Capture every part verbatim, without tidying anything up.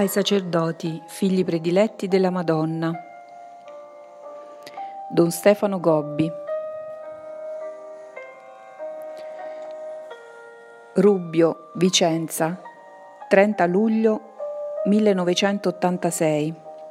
ai sacerdoti, figli prediletti della Madonna. Don Stefano Gobbi. Rubbio, Vicenza, trenta luglio millenovecentottantasei.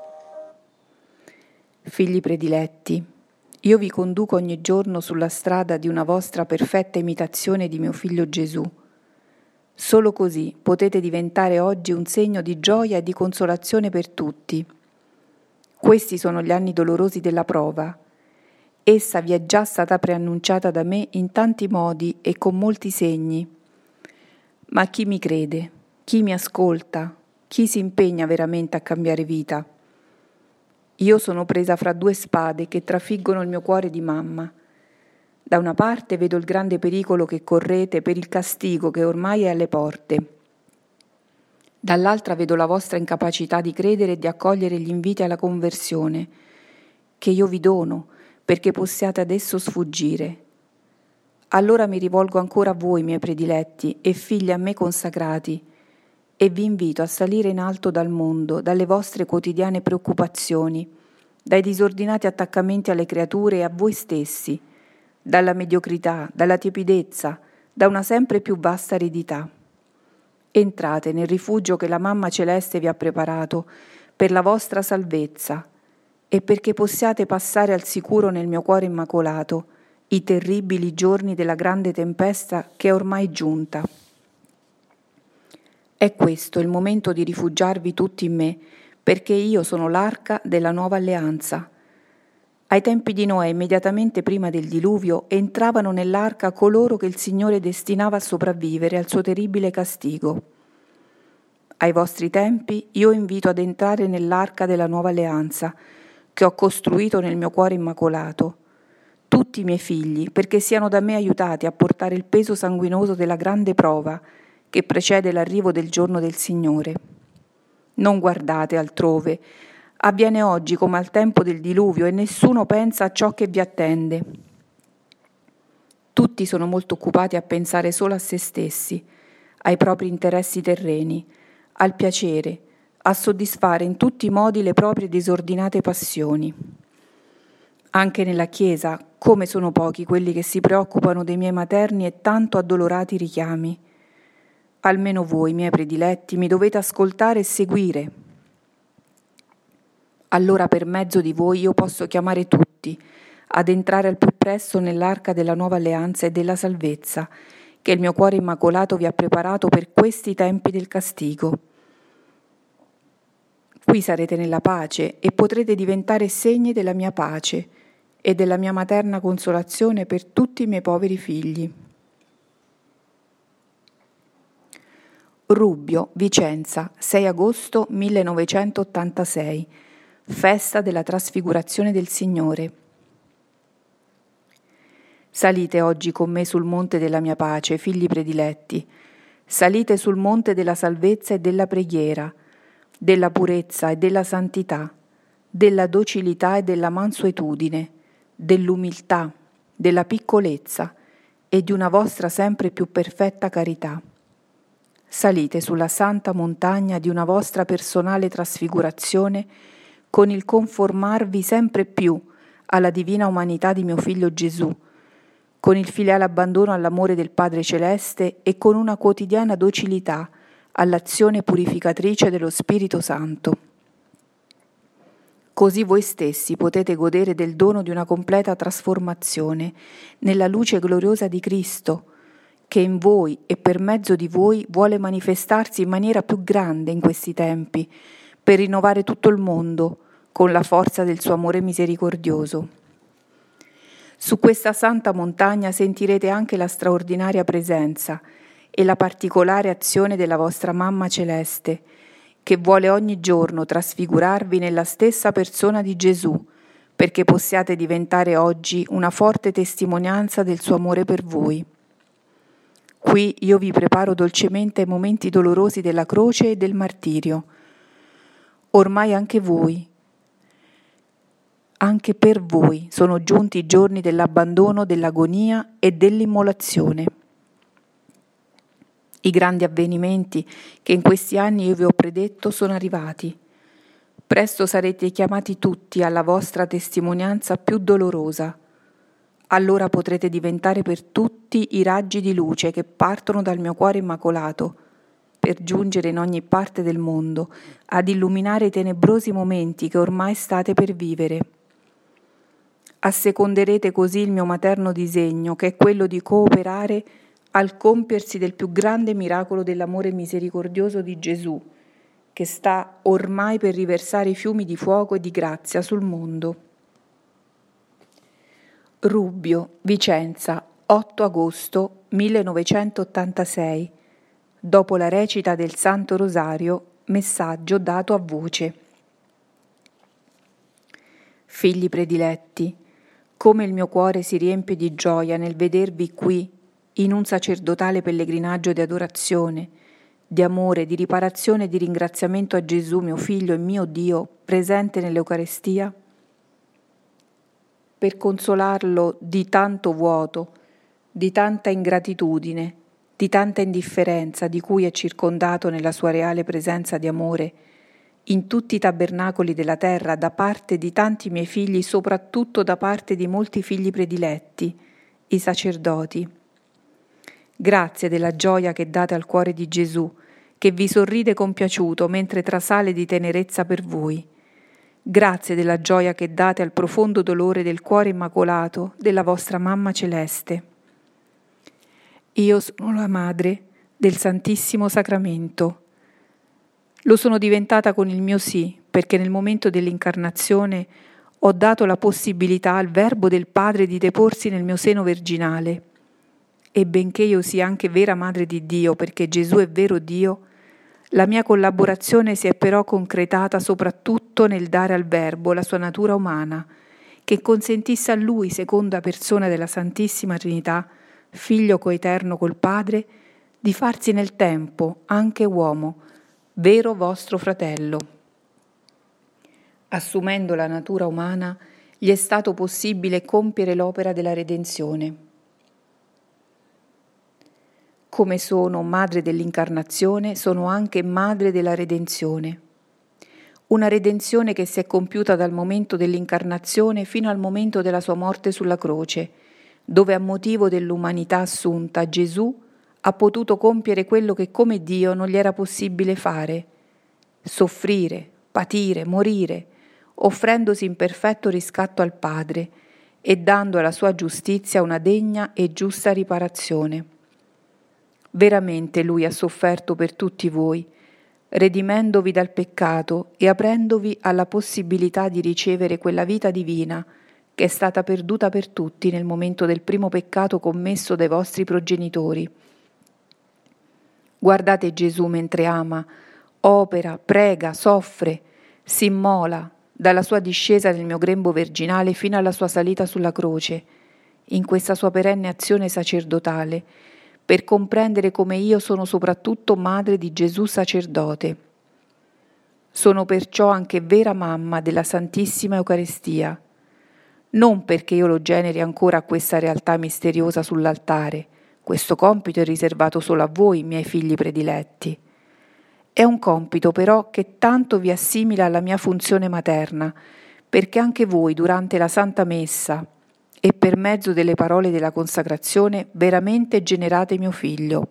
Figli prediletti, io vi conduco ogni giorno sulla strada di una vostra perfetta imitazione di mio figlio Gesù. Solo così potete diventare oggi un segno di gioia e di consolazione per tutti. Questi sono gli anni dolorosi della prova. Essa vi è già stata preannunciata da me in tanti modi e con molti segni. Ma chi mi crede? Chi mi ascolta? Chi si impegna veramente a cambiare vita? Io sono presa fra due spade che trafiggono il mio cuore di mamma. Da una parte vedo il grande pericolo che correte per il castigo che ormai è alle porte. Dall'altra vedo la vostra incapacità di credere e di accogliere gli inviti alla conversione, che io vi dono perché possiate ad esso sfuggire. Allora mi rivolgo ancora a voi, miei prediletti e figli a me consacrati, e vi invito a salire in alto dal mondo, dalle vostre quotidiane preoccupazioni, dai disordinati attaccamenti alle creature e a voi stessi, dalla mediocrità, dalla tiepidezza, da una sempre più vasta aridità. Entrate nel rifugio che la Mamma Celeste vi ha preparato per la vostra salvezza e perché possiate passare al sicuro nel mio cuore immacolato i terribili giorni della grande tempesta che è ormai giunta. È questo il momento di rifugiarvi tutti in me, perché io sono l'arca della nuova alleanza. Ai tempi di Noè, immediatamente prima del diluvio, entravano nell'arca coloro che il Signore destinava a sopravvivere al suo terribile castigo. Ai vostri tempi io invito ad entrare nell'arca della nuova alleanza, che ho costruito nel mio cuore immacolato, tutti i miei figli, perché siano da me aiutati a portare il peso sanguinoso della grande prova che precede l'arrivo del giorno del Signore. Non guardate altrove, avviene oggi come al tempo del diluvio e nessuno pensa a ciò che vi attende. Tutti sono molto occupati a pensare solo a se stessi, ai propri interessi terreni, al piacere, a soddisfare in tutti i modi le proprie disordinate passioni. Anche nella Chiesa, come sono pochi quelli che si preoccupano dei miei materni e tanto addolorati richiami. Almeno voi, miei prediletti, mi dovete ascoltare e seguire. Allora per mezzo di voi io posso chiamare tutti ad entrare al più presto nell'arca della nuova alleanza e della salvezza, che il mio cuore immacolato vi ha preparato per questi tempi del castigo. Qui sarete nella pace e potrete diventare segni della mia pace e della mia materna consolazione per tutti i miei poveri figli. Rubbio, Vicenza, sei agosto millenovecentottantasei, festa della trasfigurazione del Signore. Salite oggi con me sul monte della mia pace, figli prediletti. Salite sul monte della salvezza e della preghiera, della purezza e della santità, della docilità e della mansuetudine, dell'umiltà, della piccolezza e di una vostra sempre più perfetta carità. Salite sulla santa montagna di una vostra personale trasfigurazione con il conformarvi sempre più alla divina umanità di mio figlio Gesù, con il filiale abbandono all'amore del Padre Celeste e con una quotidiana docilità all'azione purificatrice dello Spirito Santo. Così voi stessi potete godere del dono di una completa trasformazione nella luce gloriosa di Cristo, che in voi e per mezzo di voi vuole manifestarsi in maniera più grande in questi tempi, per rinnovare tutto il mondo con la forza del suo amore misericordioso. Su questa santa montagna sentirete anche la straordinaria presenza e la particolare azione della vostra Mamma Celeste, che vuole ogni giorno trasfigurarvi nella stessa persona di Gesù, perché possiate diventare oggi una forte testimonianza del suo amore per voi. Qui io vi preparo dolcemente ai momenti dolorosi della croce e del martirio. Ormai anche voi, anche per voi sono giunti i giorni dell'abbandono, dell'agonia e dell'immolazione. I grandi avvenimenti che in questi anni io vi ho predetto sono arrivati. Presto sarete chiamati tutti alla vostra testimonianza più dolorosa. Allora potrete diventare per tutti i raggi di luce che partono dal mio cuore immacolato, per giungere in ogni parte del mondo ad illuminare i tenebrosi momenti che ormai state per vivere. Asseconderete così il mio materno disegno, che è quello di cooperare al compiersi del più grande miracolo dell'amore misericordioso di Gesù, che sta ormai per riversare i fiumi di fuoco e di grazia sul mondo. Rubbio, Vicenza, otto agosto millenovecentottantasei. Dopo la recita del Santo Rosario, messaggio dato a voce. Figli prediletti, come il mio cuore si riempie di gioia nel vedervi qui, in un sacerdotale pellegrinaggio di adorazione, di amore, di riparazione e di ringraziamento a Gesù, mio Figlio e mio Dio, presente nell'Eucarestia, per consolarlo di tanto vuoto, di tanta ingratitudine, di tanta indifferenza di cui è circondato nella sua reale presenza di amore, in tutti i tabernacoli della terra, da parte di tanti miei figli, soprattutto da parte di molti figli prediletti, i sacerdoti. Grazie della gioia che date al cuore di Gesù, che vi sorride compiaciuto mentre trasale di tenerezza per voi. Grazie della gioia che date al profondo dolore del cuore immacolato della vostra Mamma Celeste. Io sono la madre del Santissimo Sacramento. Lo sono diventata con il mio sì, perché nel momento dell'incarnazione ho dato la possibilità al Verbo del Padre di deporsi nel mio seno virginale. E benché io sia anche vera madre di Dio, perché Gesù è vero Dio, la mia collaborazione si è però concretata soprattutto nel dare al Verbo la sua natura umana, che consentisse a Lui, seconda persona della Santissima Trinità, Figlio coeterno col Padre, di farsi nel tempo anche uomo, vero vostro fratello. Assumendo la natura umana, gli è stato possibile compiere l'opera della redenzione. Come sono madre dell'incarnazione, sono anche madre della redenzione. Una redenzione che si è compiuta dal momento dell'incarnazione fino al momento della sua morte sulla croce, dove a motivo dell'umanità assunta Gesù ha potuto compiere quello che come Dio non gli era possibile fare: soffrire, patire, morire, offrendosi in perfetto riscatto al Padre e dando alla sua giustizia una degna e giusta riparazione. Veramente Lui ha sofferto per tutti voi, redimendovi dal peccato e aprendovi alla possibilità di ricevere quella vita divina che è stata perduta per tutti nel momento del primo peccato commesso dai vostri progenitori. Guardate Gesù mentre ama, opera, prega, soffre, si immola, dalla sua discesa nel mio grembo virginale fino alla sua salita sulla croce, in questa sua perenne azione sacerdotale, per comprendere come io sono soprattutto madre di Gesù sacerdote. Sono perciò anche vera mamma della Santissima Eucaristia, non perché io lo generi ancora a questa realtà misteriosa sull'altare, questo compito è riservato solo a voi, miei figli prediletti. È un compito però che tanto vi assimila alla mia funzione materna, perché anche voi durante la Santa Messa e per mezzo delle parole della consacrazione veramente generate mio figlio.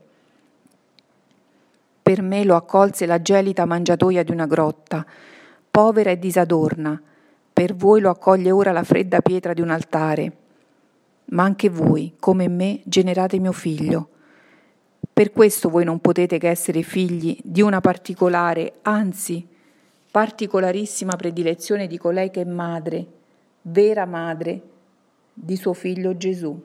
Per me lo accolse la gelida mangiatoia di una grotta, povera e disadorna, per voi lo accoglie ora la fredda pietra di un altare. Ma anche voi, come me, generate mio figlio. Per questo voi non potete che essere figli di una particolare, anzi, particolarissima predilezione di colei che è madre, vera madre, di suo figlio Gesù.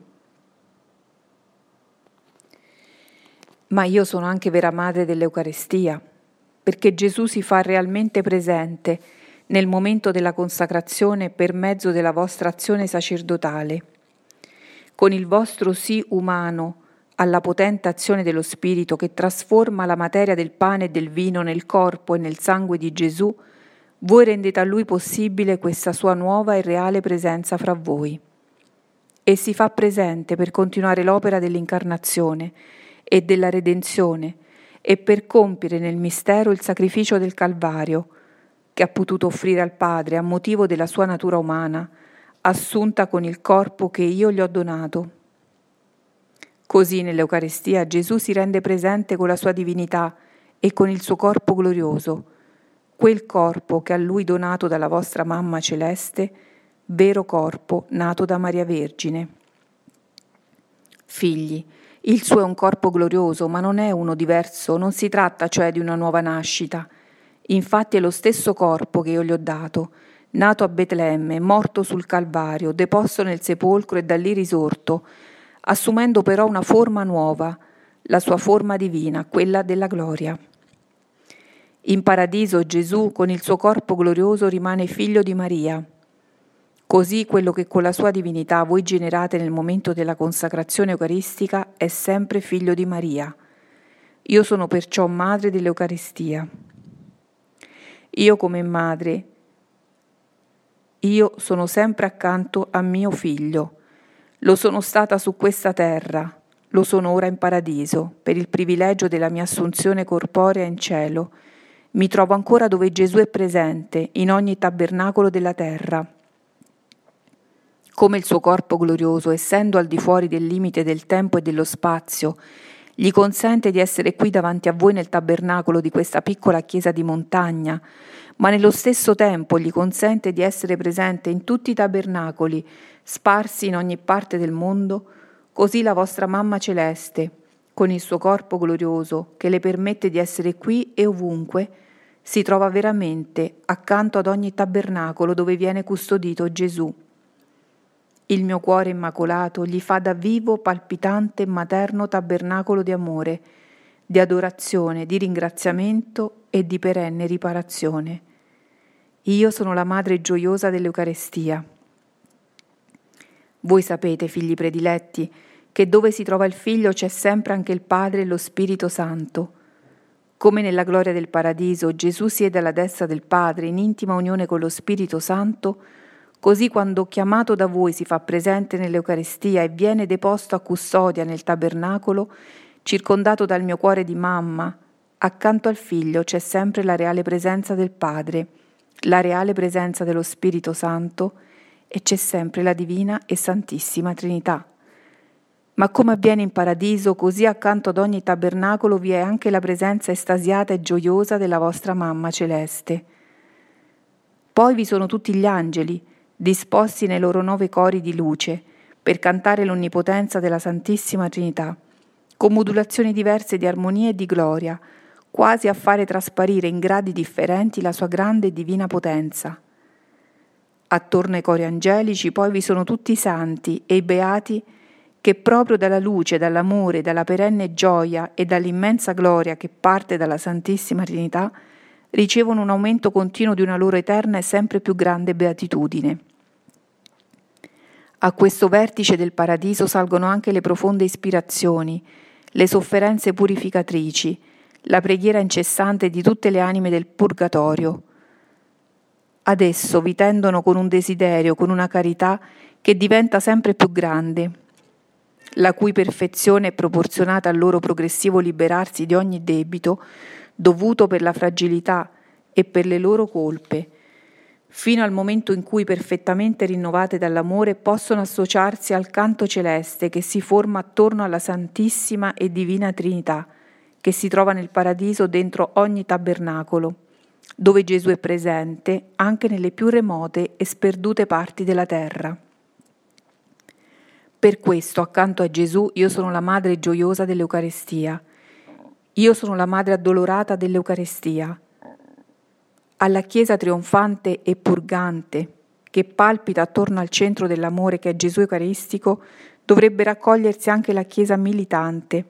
Ma io sono anche vera madre dell'Eucarestia, perché Gesù si fa realmente presente nel momento della consacrazione per mezzo della vostra azione sacerdotale. Con il vostro sì umano alla potente azione dello Spirito che trasforma la materia del pane e del vino nel corpo e nel sangue di Gesù, voi rendete a Lui possibile questa sua nuova e reale presenza fra voi. E si fa presente per continuare l'opera dell'incarnazione e della redenzione, e per compiere nel mistero il sacrificio del Calvario, che ha potuto offrire al Padre a motivo della sua natura umana, assunta con il corpo che io gli ho donato. Così nell'Eucaristia Gesù si rende presente con la sua divinità e con il suo corpo glorioso, quel corpo che a lui donato dalla vostra mamma celeste, vero corpo nato da Maria Vergine. Figli, il suo è un corpo glorioso, ma non è uno diverso, non si tratta cioè di una nuova nascita. Infatti è lo stesso corpo che io gli ho dato, nato a Betlemme, morto sul Calvario, deposto nel sepolcro e da lì risorto, assumendo però una forma nuova, la sua forma divina, quella della gloria. In paradiso Gesù, con il suo corpo glorioso, rimane figlio di Maria. Così quello che con la sua divinità voi generate nel momento della consacrazione eucaristica è sempre figlio di Maria. Io sono perciò madre dell'Eucaristia. Io come madre, io sono sempre accanto a mio figlio. Lo sono stata su questa terra, lo sono ora in paradiso, per il privilegio della mia assunzione corporea in cielo. Mi trovo ancora dove Gesù è presente, in ogni tabernacolo della terra. Come il suo corpo glorioso, essendo al di fuori del limite del tempo e dello spazio, gli consente di essere qui davanti a voi nel tabernacolo di questa piccola chiesa di montagna, ma nello stesso tempo gli consente di essere presente in tutti i tabernacoli sparsi in ogni parte del mondo, così la vostra mamma celeste, con il suo corpo glorioso che le permette di essere qui e ovunque, si trova veramente accanto ad ogni tabernacolo dove viene custodito Gesù. Il mio cuore immacolato gli fa da vivo, palpitante e materno tabernacolo di amore, di adorazione, di ringraziamento e di perenne riparazione. Io sono la madre gioiosa dell'Eucarestia. Voi sapete, figli prediletti, che dove si trova il Figlio c'è sempre anche il Padre e lo Spirito Santo. Come nella gloria del paradiso Gesù siede alla destra del Padre in intima unione con lo Spirito Santo, così quando chiamato da voi si fa presente nell'Eucaristia e viene deposto a custodia nel tabernacolo, circondato dal mio cuore di mamma, accanto al Figlio c'è sempre la reale presenza del Padre, la reale presenza dello Spirito Santo e c'è sempre la Divina e Santissima Trinità. Ma come avviene in paradiso, così accanto ad ogni tabernacolo vi è anche la presenza estasiata e gioiosa della vostra mamma celeste. Poi vi sono tutti gli angeli, disposti nei loro nove cori di luce, per cantare l'onnipotenza della Santissima Trinità, con modulazioni diverse di armonia e di gloria, quasi a fare trasparire in gradi differenti la sua grande e divina potenza. Attorno ai cori angelici poi vi sono tutti i santi e i beati che proprio dalla luce, dall'amore, dalla perenne gioia e dall'immensa gloria che parte dalla Santissima Trinità ricevono un aumento continuo di una loro eterna e sempre più grande beatitudine. A questo vertice del paradiso salgono anche le profonde ispirazioni, le sofferenze purificatrici, la preghiera incessante di tutte le anime del purgatorio. Adesso vi tendono con un desiderio, con una carità che diventa sempre più grande, la cui perfezione è proporzionata al loro progressivo liberarsi di ogni debito dovuto per la fragilità e per le loro colpe, fino al momento in cui, perfettamente rinnovate dall'amore, possono associarsi al canto celeste che si forma attorno alla Santissima e Divina Trinità, che si trova nel paradiso dentro ogni tabernacolo, dove Gesù è presente anche nelle più remote e sperdute parti della terra. Per questo, accanto a Gesù, io sono la madre gioiosa dell'Eucaristia. Io sono la madre addolorata dell'Eucaristia. Alla Chiesa trionfante e purgante, che palpita attorno al centro dell'amore che è Gesù Eucaristico, dovrebbe raccogliersi anche la Chiesa militante.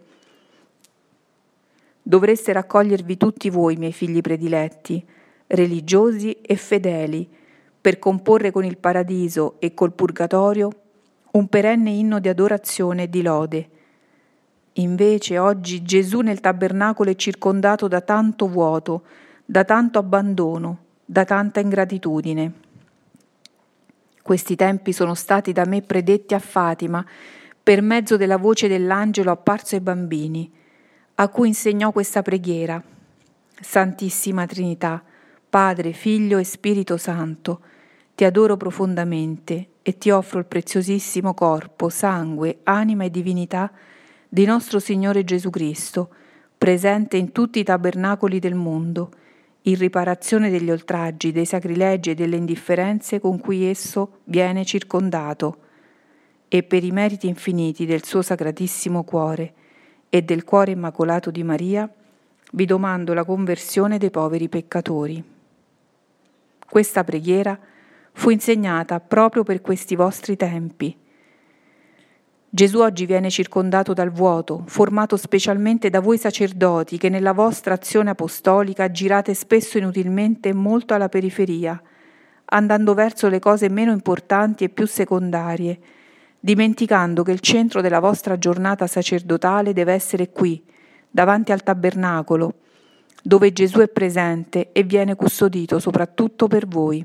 Dovreste raccogliervi tutti voi, miei figli prediletti, religiosi e fedeli, per comporre con il paradiso e col purgatorio un perenne inno di adorazione e di lode. Invece oggi Gesù nel tabernacolo è circondato da tanto vuoto, da tanto abbandono, da tanta ingratitudine. Questi tempi sono stati da me predetti a Fatima per mezzo della voce dell'angelo apparso ai bambini. a cui insegnò questa preghiera. Santissima Trinità, Padre, Figlio e Spirito Santo, ti adoro profondamente e ti offro il preziosissimo corpo, sangue, anima e divinità di nostro Signore Gesù Cristo, presente in tutti i tabernacoli del mondo, in riparazione degli oltraggi, dei sacrilegi e delle indifferenze con cui esso viene circondato, e per i meriti infiniti del suo Sacratissimo Cuore e del Cuore Immacolato di Maria, vi domando la conversione dei poveri peccatori. Questa preghiera fu insegnata proprio per questi vostri tempi. Gesù oggi viene circondato dal vuoto, formato specialmente da voi sacerdoti che nella vostra azione apostolica girate spesso inutilmente molto alla periferia, andando verso le cose meno importanti e più secondarie, dimenticando che il centro della vostra giornata sacerdotale deve essere qui, davanti al tabernacolo, dove Gesù è presente e viene custodito soprattutto per voi.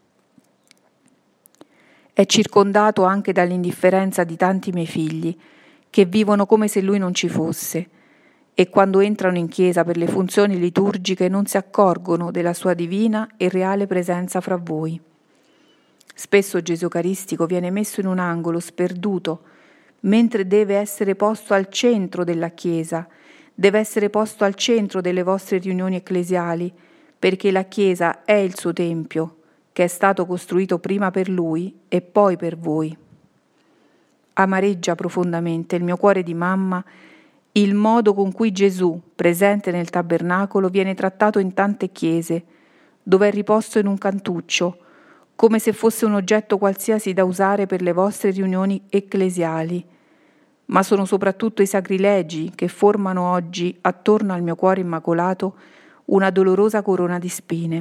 È circondato anche dall'indifferenza di tanti miei figli, che vivono come se lui non ci fosse, e quando entrano in chiesa per le funzioni liturgiche non si accorgono della sua divina e reale presenza fra voi. Spesso Gesù Eucaristico viene messo in un angolo sperduto, mentre deve essere posto al centro della Chiesa, deve essere posto al centro delle vostre riunioni ecclesiali, perché la Chiesa è il suo tempio, che è stato costruito prima per Lui e poi per voi. Amareggia profondamente il mio cuore di mamma il modo con cui Gesù, presente nel tabernacolo, viene trattato in tante chiese, dove è riposto in un cantuccio, come se fosse un oggetto qualsiasi da usare per le vostre riunioni ecclesiali, ma sono soprattutto i sacrilegi che formano oggi, attorno al mio cuore immacolato, una dolorosa corona di spine.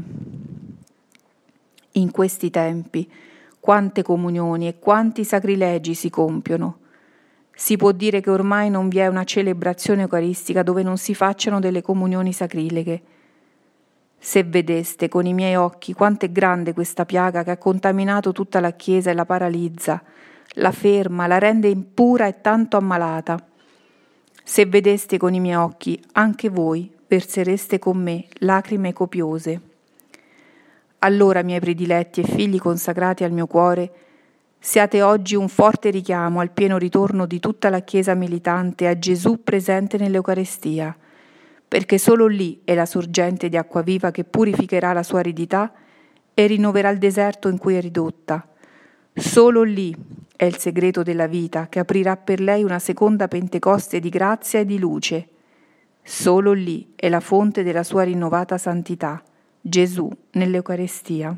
In questi tempi, quante comunioni e quanti sacrilegi si compiono. Si può dire che ormai non vi è una celebrazione eucaristica dove non si facciano delle comunioni sacrileghe. Se vedeste con i miei occhi quanto è grande questa piaga che ha contaminato tutta la Chiesa e la paralizza, la ferma, la rende impura e tanto ammalata. Se vedeste con i miei occhi, anche voi versereste con me lacrime copiose. Allora, miei prediletti e figli consacrati al mio cuore, siate oggi un forte richiamo al pieno ritorno di tutta la Chiesa militante a Gesù presente nell'Eucarestia, perché solo lì è la sorgente di acqua viva che purificherà la sua aridità e rinnoverà il deserto in cui è ridotta. Solo lì è il segreto della vita che aprirà per lei una seconda Pentecoste di grazia e di luce. Solo lì è la fonte della sua rinnovata santità, Gesù nell'Eucarestia.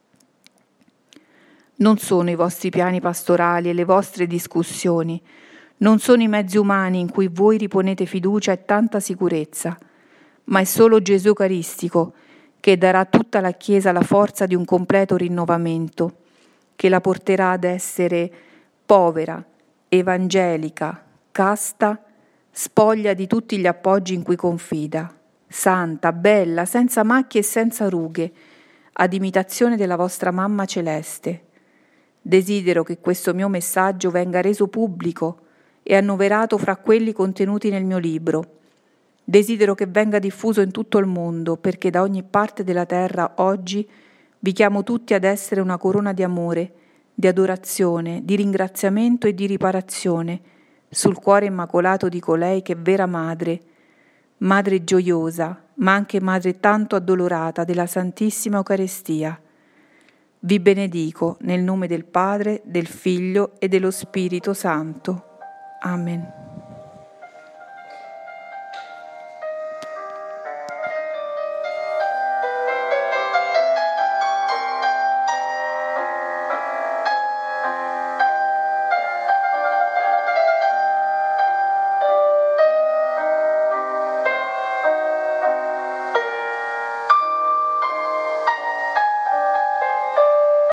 Non sono i vostri piani pastorali e le vostre discussioni, non sono i mezzi umani in cui voi riponete fiducia e tanta sicurezza, ma è solo Gesù Eucaristico che darà a tutta la Chiesa la forza di un completo rinnovamento, che la porterà ad essere povera, evangelica, casta, spoglia di tutti gli appoggi in cui confida, santa, bella, senza macchie e senza rughe, ad imitazione della vostra mamma celeste. Desidero che questo mio messaggio venga reso pubblico e annoverato fra quelli contenuti nel mio libro. Desidero che venga diffuso in tutto il mondo, perché da ogni parte della terra oggi vi chiamo tutti ad essere una corona di amore, di adorazione, di ringraziamento e di riparazione sul cuore immacolato di colei che è vera madre, madre gioiosa, ma anche madre tanto addolorata della Santissima Eucaristia. Vi benedico nel nome del Padre, del Figlio e dello Spirito Santo. Amen.